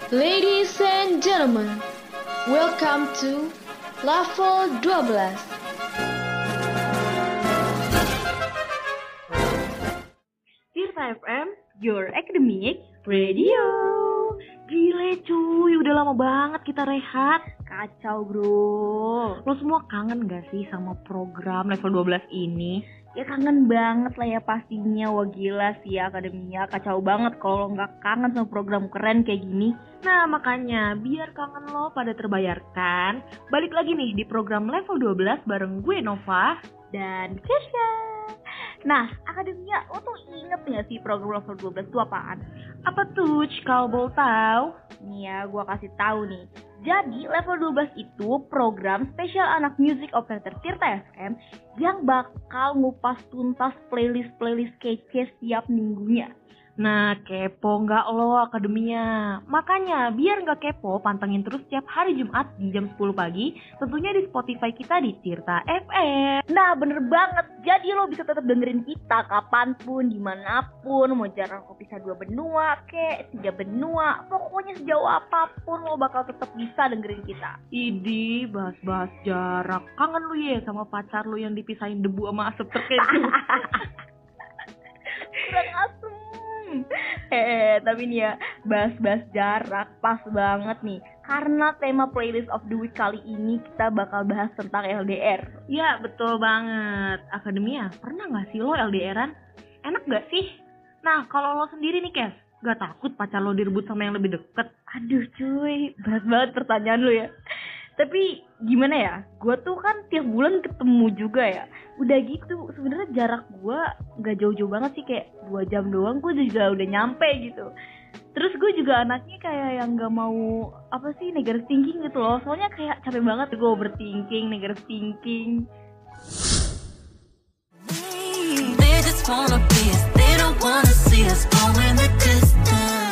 Ladies and gentlemen, welcome to Level 12. Tirta FM, your academic radio. Gile cuy, udah lama banget kita rehat. Kacau bro. Lo semua kangen gak sih sama program level 12 ini? Ya kangen banget lah ya pastinya. Wah gila sih ya akademia. Kacau banget kalau lo gak kangen sama program keren kayak gini. Nah makanya biar kangen lo pada terbayarkan, balik lagi nih di program level 12 bareng gue Nova dan Kesha. Nah akademia, lo tuh inget gak sih program level 12 itu apaan? Apa tuh kalau boleh tahu? Nih ya gue kasih tahu nih. Jadi level 12 itu program spesial anak music operator Tirta FM yang bakal ngupas tuntas playlist-playlist kece setiap minggunya. Nah, kepo nggak lo akademia? Makanya, biar nggak kepo, pantengin terus setiap hari Jumat di jam 10 pagi, tentunya di Spotify kita di Tirta FM. Nah, bener banget. Jadi lo bisa tetap dengerin kita kapanpun, dimanapun, mau jarak pisah 2 benua, 3 benua, pokoknya sejauh apapun lo bakal tetap bisa dengerin kita. Idih, bahas-bahas jarak. Kangen lu ya sama pacar lu yang dipisahin debu sama asap terkeju. Kurang asem. Tapi nih ya, bahas-bahas jarak pas banget nih. Karena tema playlist of the week kali ini kita bakal bahas tentang LDR. Ya, betul banget. Akademia, pernah gak sih lo LDR-an? Enak gak sih? Nah, kalau lo sendiri nih, Kes, gak takut pacar lo direbut sama yang lebih deket? Aduh cuy, berat banget pertanyaan lo ya. Tapi gimana ya, gue tuh kan tiap bulan ketemu juga ya. Udah gitu, sebenarnya jarak gue gak jauh-jauh banget sih, kayak 2 jam doang gue juga udah nyampe gitu. Terus gue juga anaknya kayak yang gak mau, negative thinking gitu loh. Soalnya kayak capek banget gue overthinking, negative thinking. They just wanna be us, they don't wanna see us going the distance.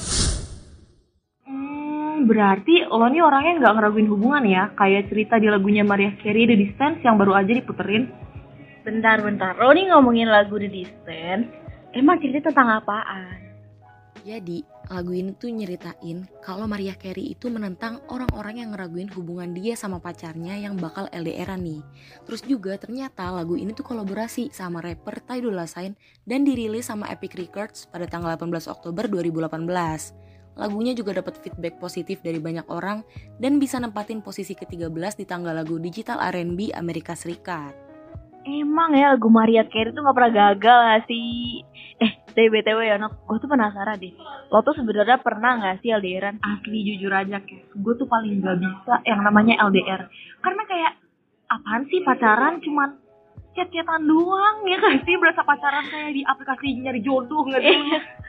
Berarti lo nih orangnya gak ngeraguin hubungan ya? Kayak cerita di lagunya Mariah Carey, The Distance yang baru aja diputerin. Bentar, lo nih ngomongin lagu The Distance, emang cerita tentang apaan? Jadi, lagu ini tuh nyeritain kalau Mariah Carey itu menentang orang-orang yang ngeraguin hubungan dia sama pacarnya yang bakal LDR-an nih. Terus juga ternyata lagu ini tuh kolaborasi sama rapper Ty Dolla $ign dan dirilis sama Epic Records pada tanggal 18 Oktober 2018. Lagunya juga dapat feedback positif dari banyak orang dan bisa nempatin posisi ke-13 di tangga lagu digital R&B Amerika Serikat. Emang ya lagu Mariah Carey tuh gak pernah gagal gak sih? BTW ya anak, gue tuh penasaran deh. Lo tuh sebenarnya pernah gak sih LDR-an? Asli jujur aja Kes, gue tuh paling gak bisa yang namanya LDR. Karena kayak, apaan sih pacaran cuman chat-chatan doang ya kan sih? Berasa pacaran kayak di aplikasi nyari jodoh gak sih?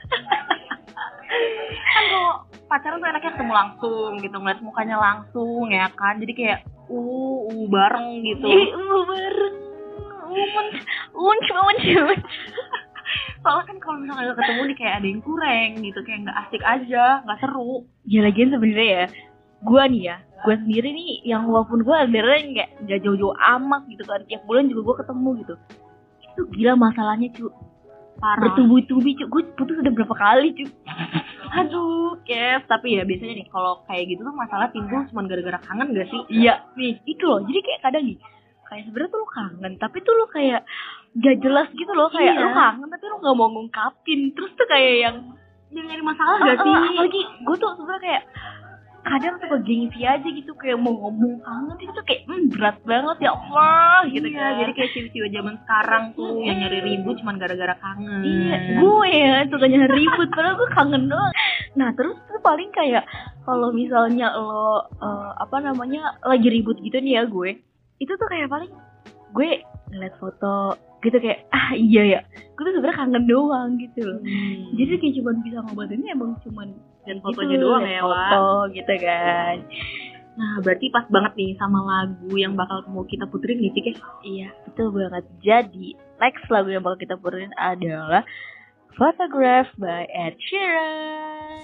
Kan kalau pacaran tuh enaknya ketemu langsung gitu, ngeliat mukanya langsung ya kan. Jadi kayak, bareng gitu. Bareng. Unc. Soalnya kan kalau misalnya ketemu nih kayak ada yang kurang gitu, kayak nggak asik aja, nggak seru. Ya lagian sebenarnya ya, gue sendiri nih yang walaupun gue LDR nggak jauh-jauh amat gitu kan, tiap bulan juga gue ketemu gitu. Itu gila masalahnya cu, Parah. Bertubi-tubi cu, gue putus udah berapa kali cu. Aduh, Kes, tapi ya biasanya nih kalau kayak gitu tuh masalah timbul cuma gara-gara kangen gak sih? Iya, nih itu loh, jadi kayak kadang nih, kayak sebenarnya tuh lo kangen, tapi tuh lo kayak gak jelas gitu loh, kayak lo kangen tapi lo gak mau ngungkapin. Terus tuh kayak yang nyari masalah gak sih? Apalagi gue tuh sebenarnya kayak kadang tuh gengsi aja gitu, kayak mau ngomong kangen itu tuh kayak berat banget ya Allah gitu kan. Jadi kayak cewek-cewek zaman sekarang tuh yang nyari ribut cuma gara-gara kangen. Iya, gue ya suka nyari ribut padahal gue kangen doang. Nah terus tuh paling kayak kalau misalnya lo lagi ribut gitu nih ya, gue itu tuh kayak paling gue ngeliat foto gitu kayak iya ya, gue tuh sebenarnya kangen doang gitu loh. Jadi kayak cuma bisa ngobatinnya emang cuma dan fotonya gitu, doang ya, foto gitu kan. Nah berarti pas banget nih sama lagu yang bakal mau kita puterin nih Cik. Iya betul banget. Jadi next lagu yang bakal kita puterin adalah Photograph by Ed Sheeran.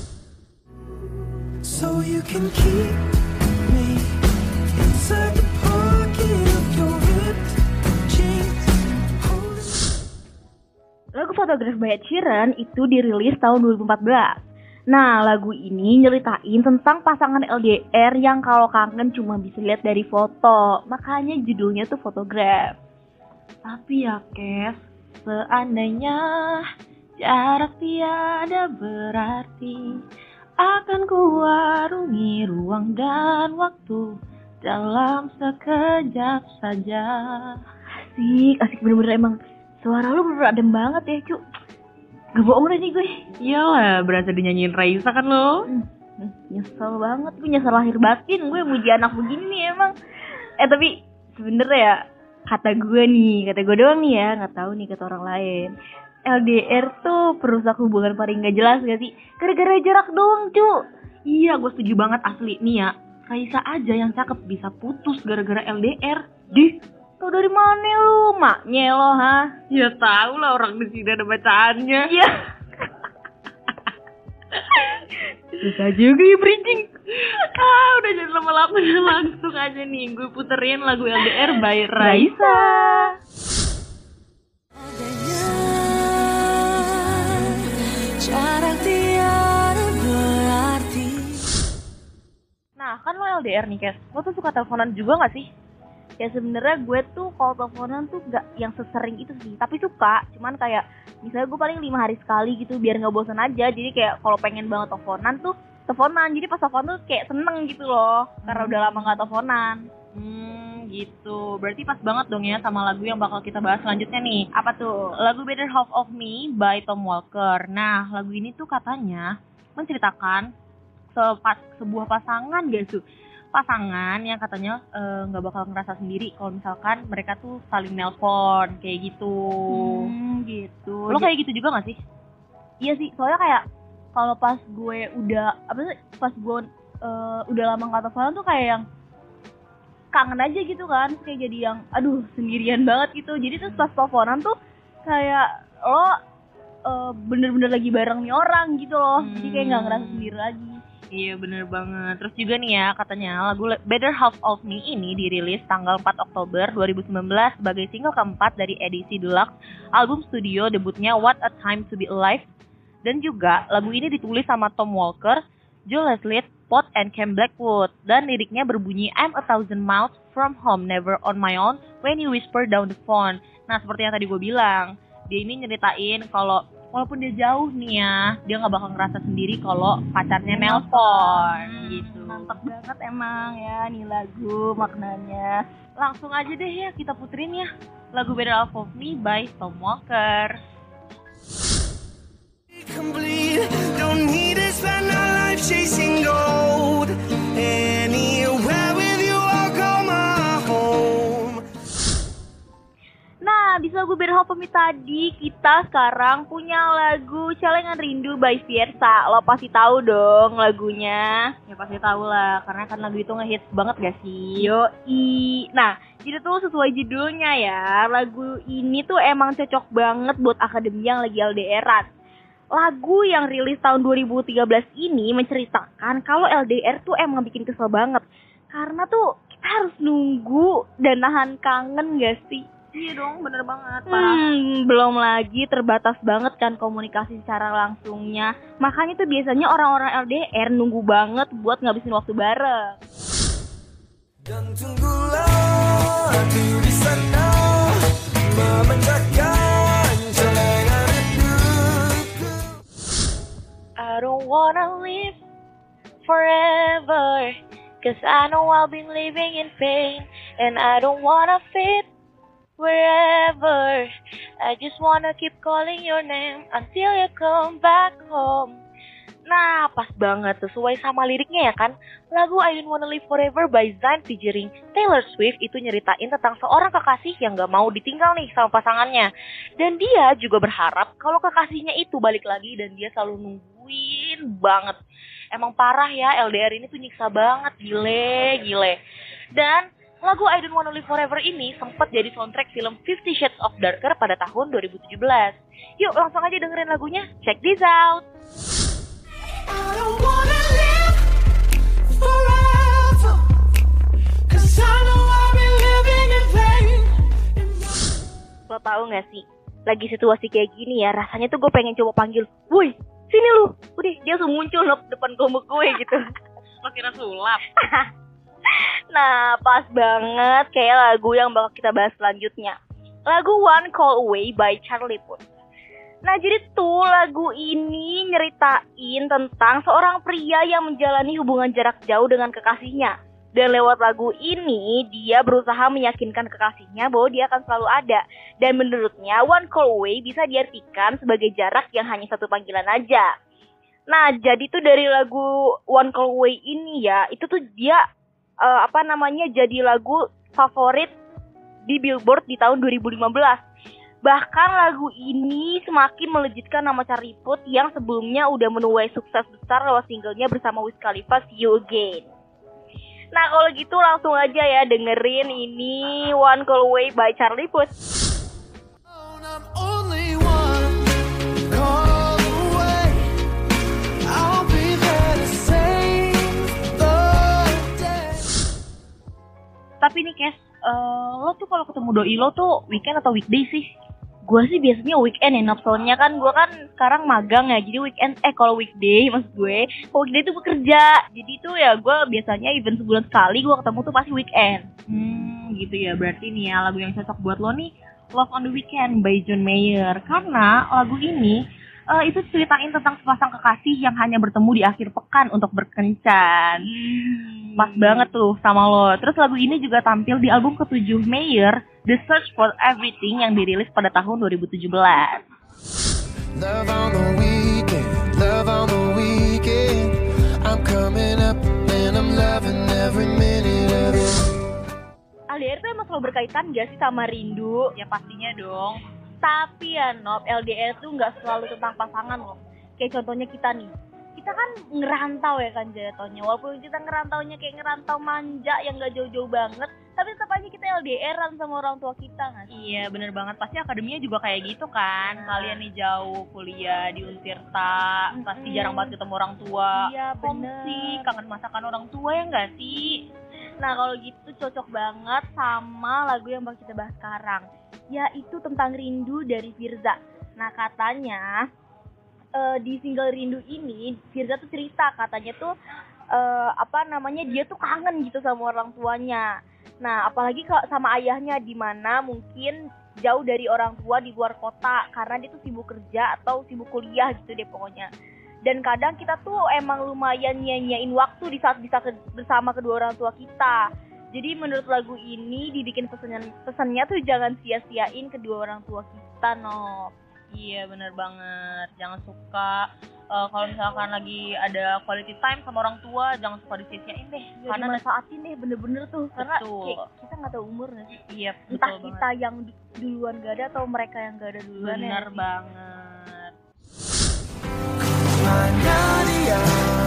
So you can keep me inside the pocket of your ripped jeans. Lagu Photograph by Ed Sheeran itu dirilis tahun 2014. Nah, lagu ini nyeritain tentang pasangan LDR yang kalau kangen cuma bisa lihat dari foto. Makanya judulnya tuh Photograph. Tapi ya Kes, seandainya jarak tiada berarti, akan kuarungi ruang dan waktu dalam sekejap saja. Asik bener-bener emang. Suara lu bener-bener adem banget ya, Cu. Gak bohong deh nih gue. Iyalah, berasa dinyanyiin Raisa kan lo. Nyesel banget, gue nyesel lahir batin. Gue muji anak begini nih emang. Tapi sebenernya ya, kata gue doang nih ya, gak tahu nih kata orang lain, LDR tuh perusak hubungan paling gak jelas gak sih? Gara-gara jarak doang, Cu. Iya, gue setuju banget asli. Nih ya, Raisa aja yang cakep bisa putus gara-gara LDR. Tau dari mana lu? Maknya lo, ha? Ya tau lah, orang di sini ada bacaannya. Iya. Susah juga ya bridging. Udah jangan lama-lama, langsung aja nih gue puterin lagu LDR by Raisa. Jarak tiada berarti. Nah, kan lo LDR nih, Kes. Lo tuh suka teleponan juga gak sih? Ya sebenarnya gue tuh kalau teleponan tuh gak yang sesering itu sih, tapi suka. Cuman kayak misalnya gue paling 5 hari sekali gitu biar gak bosan aja. Jadi kayak kalau pengen banget teleponan tuh teleponan. Jadi pas telepon tuh kayak seneng gitu loh, karena udah lama gak teleponan. Gitu. Berarti pas banget dong ya sama lagu yang bakal kita bahas selanjutnya nih. Apa tuh? Lagu Better Half of Me by Tom Walker. Nah, lagu ini tuh katanya menceritakan sebuah pasangan guys tuh. Pasangan yang katanya nggak bakal ngerasa sendiri kalau misalkan mereka tuh saling nelpon kayak gitu. Gitu. Lo kayak gitu juga nggak sih? Iya sih, soalnya kayak kalau pas gue udah udah lama nggak teleponan tuh kayak yang kangen aja gitu kan, kayak jadi yang aduh sendirian banget gitu. Jadi terus pas teleponan tuh kayak lo bener-bener lagi bareng nih orang gitu loh. Jadi kayak nggak ngerasa sendiri lagi. Iya bener banget. Terus juga nih ya katanya lagu Better Half of Me ini dirilis tanggal 4 Oktober 2019 sebagai single keempat dari edisi deluxe album studio debutnya What a Time to Be Alive. Dan juga lagu ini ditulis sama Tom Walker, Joe Leslie, Pot and Cam Blackwood. Dan liriknya berbunyi I'm a thousand miles from home, never on my own when you whisper down the phone. Nah seperti yang tadi gue bilang, dia ini nyeritain kalau walaupun dia jauh nih ya, dia gak bakal ngerasa sendiri kalau pacarnya nelpon gitu. Mantap banget emang ya nih lagu maknanya. Langsung aja deh ya kita puterin ya lagu Better Half of Me by Tom Walker. Complete, don't need to spend our life chasing gold. Anywhere with you, I'll call my home. Nah, di lagu Better Half of Me tadi, kita sekarang punya lagu Celengan Rindu by Fiersa. Lo pasti tahu dong lagunya. Ya pasti tahu lah, karena kan lagu itu ngehits banget gak sih? Yoi. Nah, jadi tuh sesuai judulnya ya, lagu ini tuh emang cocok banget buat akademi yang lagi LDR-an. Lagu yang rilis tahun 2013 ini menceritakan kalau LDR tuh emang bikin kesel banget. Karena tuh kita harus nunggu dan nahan kangen gak sih? Iya dong, bener banget. Belum lagi terbatas banget kan komunikasi secara langsungnya. Makanya tuh biasanya orang-orang LDR nunggu banget buat ngabisin waktu bareng. Dan tunggulah aku di sana memecahkan celengan rinduku. I don't wanna live forever, 'cause I know I've been living in pain, and I don't wanna fit wherever. I just wanna keep calling your name until you come back home. Nah, pas banget sesuai sama liriknya ya kan. Lagu I Don't Wanna Live Forever by Zayn featuring Taylor Swift itu nyeritain tentang seorang kekasih yang gak mau ditinggal nih sama pasangannya. Dan dia juga berharap kalau kekasihnya itu balik lagi dan dia selalu nungguin banget. Emang parah ya, LDR ini tuh nyiksa banget, gile. Dan lagu I Don't Wanna Live Forever ini sempat jadi soundtrack film 50 Shades of Darker pada tahun 2017. Yuk langsung aja dengerin lagunya, check this out. I don't wanna live forever, 'cause I know I've been living in vain. Lo tau gak sih, lagi situasi kayak gini ya, rasanya tuh gue pengen coba panggil, woi, sini lu. Udah, dia langsung muncul depan komuk gue gitu. Lo kira sulap? Nah, pas banget kayak lagu yang bakal kita bahas selanjutnya. Lagu One Call Away by Charlie Puth. Nah, jadi tuh lagu ini nyeritain tentang seorang pria yang menjalani hubungan jarak jauh dengan kekasihnya. Dan lewat lagu ini, dia berusaha meyakinkan kekasihnya bahwa dia akan selalu ada. Dan menurutnya, One Call Away bisa diartikan sebagai jarak yang hanya satu panggilan aja. Nah, jadi tuh dari lagu One Call Away ini ya, itu tuh dia jadi lagu favorit di Billboard di tahun 2015. Bahkan lagu ini semakin melejitkan nama Charlie Puth yang sebelumnya udah menuai sukses besar lewat singlenya bersama Wiz Khalifa, See You Again. Nah, kalau gitu langsung aja ya dengerin ini One Call Away by Charlie Puth. I'm only one call away. I'll be there to save the day. Tapi nih Kes, lo tuh kalau ketemu doi lo tuh weekend atau weekday sih? Gue sih biasanya weekend ya, soalnya kan gue kan sekarang magang ya, jadi weekend kalau weekday maksud gue, kalau weekday tuh bekerja, jadi tuh ya gue biasanya even sebulan sekali gue ketemu tuh pasti weekend. Gitu ya, berarti nih ya lagu yang cocok buat lo nih Love on the Weekend by John Mayer. Karena lagu ini itu ceritain tentang sepasang kekasih yang hanya bertemu di akhir pekan untuk berkencan. Pas banget tuh sama lo. Terus lagu ini juga tampil di album ke-7 Mayer, The Search for Everything, yang dirilis pada tahun 2017. Love on the weekend, love on the weekend. I'm coming up and I'm loving every minute of it. LDR tuh emang selalu berkaitan gak sih sama rindu? Ya pastinya dong. Tapi ya Nop, LDR tuh gak selalu tentang pasangan loh. Kayak contohnya kita nih, kita kan ngerantau ya kan jatuhnya. Walaupun kita ngerantaunya kayak ngerantau manja yang gak jauh-jauh banget, tapi tetap aja kita LDR-an sama orang tua kita gak sih? Iya bener banget, pasti akademinya juga kayak gitu kan. Kalian nih jauh kuliah di Untirta, pasti jarang banget ketemu orang tua. Iya bener. Homesick, kangen masakan orang tua ya gak sih? Nah kalau gitu cocok banget sama lagu yang bakal kita bahas sekarang, yaitu tentang rindu dari Firza. Nah katanya di single Rindu ini Firza tuh cerita katanya tuh dia tuh kangen gitu sama orang tuanya. Nah apalagi sama ayahnya, di mana mungkin jauh dari orang tua di luar kota karena dia tuh sibuk kerja atau sibuk kuliah gitu deh pokoknya. Dan kadang kita tuh emang lumayan nyanyain waktu di saat bisa bersama kedua orang tua kita. Jadi menurut lagu ini dibikin pesannya tuh jangan sia-siain kedua orang tua kita, Nop. Iya bener banget, jangan suka kalau misalkan lagi ada quality time sama orang tua, jangan suka disia-siain deh. Ya, karena dimanfaatin deh bener-bener tuh. Karena kita gak tahu umur gak sih? Iya, entah betul kita banget. yang duluan gak ada atau mereka yang gak ada duluan. Bener ya. banget. Hanya dia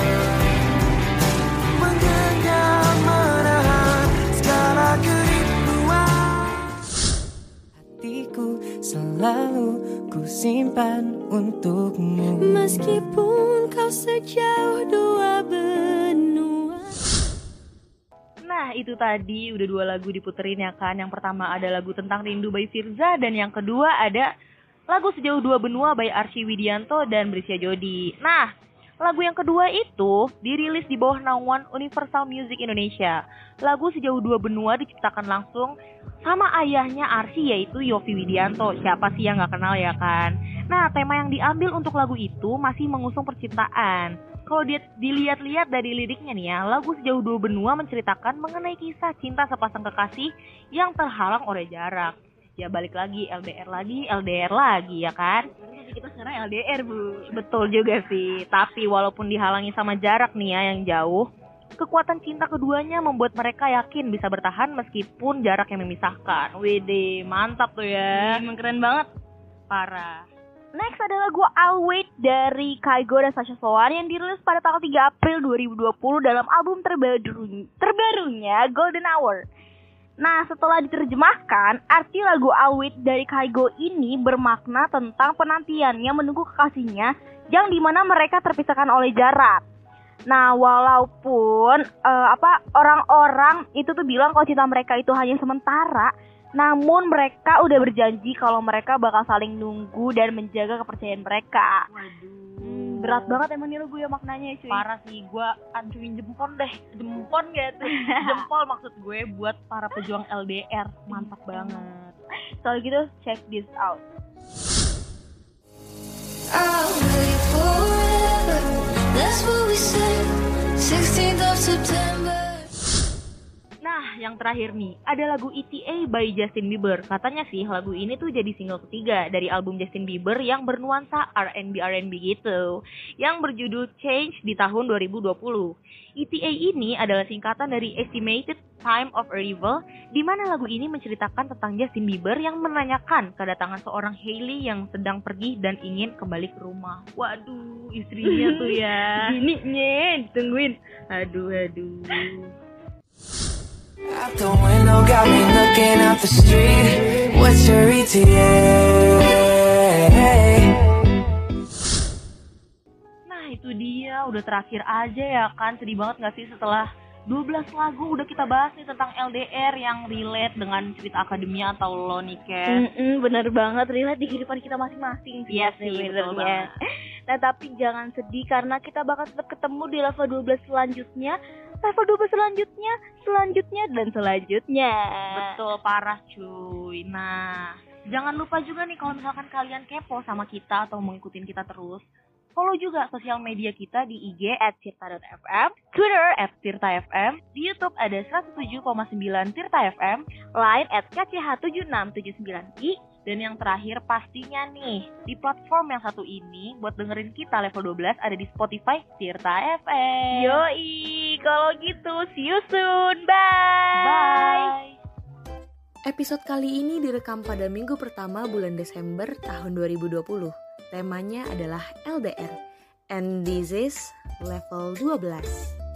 menggenggam menahan segala kerinduan. Hatiku selalu ku simpan untukmu, meskipun kau sejauh dua benua. Nah itu tadi udah 2 lagu diputerin ya kan. Yang pertama ada lagu tentang rindu by Firza, dan yang kedua ada lagu Sejauh 2 Benua by Arsy Widianto dan Brisya Jody. Nah, lagu yang kedua itu dirilis di bawah naungan Universal Music Indonesia. Lagu Sejauh 2 Benua diciptakan langsung sama ayahnya Arsy, yaitu Yovie Widianto. Siapa sih yang gak kenal ya kan? Nah, tema yang diambil untuk lagu itu masih mengusung percintaan. Kalau dilihat-lihat dari liriknya nih ya, lagu Sejauh 2 Benua menceritakan mengenai kisah cinta sepasang kekasih yang terhalang oleh jarak. Ya balik lagi, LDR lagi ya kan? Kita sekarang LDR, Bu. Betul juga sih. Tapi walaupun dihalangi sama jarak nih ya yang jauh, kekuatan cinta keduanya membuat mereka yakin bisa bertahan meskipun jarak yang memisahkan. Wede, mantap tuh ya. Emang keren banget. Parah. Next ada lagu I'll Wait dari Kygo dan Sasha Sloan yang dirilis pada tanggal 3 April 2020 dalam album terbarunya Golden Hour. Nah, setelah diterjemahkan, arti lagu I'll Wait dari Kygo ini bermakna tentang penantiannya menunggu kekasihnya yang dimana mereka terpisahkan oleh jarak. Nah, walaupun orang-orang itu tuh bilang kalau cinta mereka itu hanya sementara, namun mereka udah berjanji kalau mereka bakal saling nunggu dan menjaga kepercayaan mereka. Berat banget emang nih lagu ya maknanya cuy. Parah sih, gue ancurin jempol deh. Jempol gitu. Jempol maksud gue buat para pejuang LDR. Mantap banget. Soal gitu, check this out. I'll wait forever. That's what we said. 16th of September. Nah, yang terakhir nih, ada lagu ETA by Justin Bieber. Katanya sih lagu ini tuh jadi single ketiga dari album Justin Bieber yang bernuansa R&B gitu, yang berjudul Change di tahun 2020. ETA ini adalah singkatan dari Estimated Time of Arrival, di mana lagu ini menceritakan tentang Justin Bieber yang menanyakan kedatangan seorang Hailey yang sedang pergi dan ingin kembali ke rumah. Waduh, istrinya tuh ya. Gini ditungguin. Aduh. Out the window got me looking out the street. What's your ETA? Nah itu dia, udah terakhir aja ya kan. Sedih banget gak sih setelah 12 lagu udah kita bahas nih tentang LDR yang relate dengan cerita akademia atau lo nih, Kat. Bener banget, relate di kehidupan kita masing-masing sih. Iya sih, betul banget. Nah tapi jangan sedih karena kita bakal tetap ketemu di level 12 selanjutnya. Level 12 selanjutnya, dan selanjutnya. Betul, parah cuy. Nah, jangan lupa juga nih kalau misalkan kalian kepo sama kita atau mau ngikutin kita terus, follow juga sosial media kita di IG @tirta.fm, Twitter @tirta.fm, di YouTube ada 107,9 Tirta FM, Line @kch7679i, dan yang terakhir pastinya nih, di platform yang satu ini buat dengerin kita level 12 ada di Spotify Tirta FM. Yoi, kalau gitu see you soon, bye. Bye. Episode kali ini direkam pada minggu pertama bulan Desember tahun 2020. Temanya adalah LDR, and this is level 12.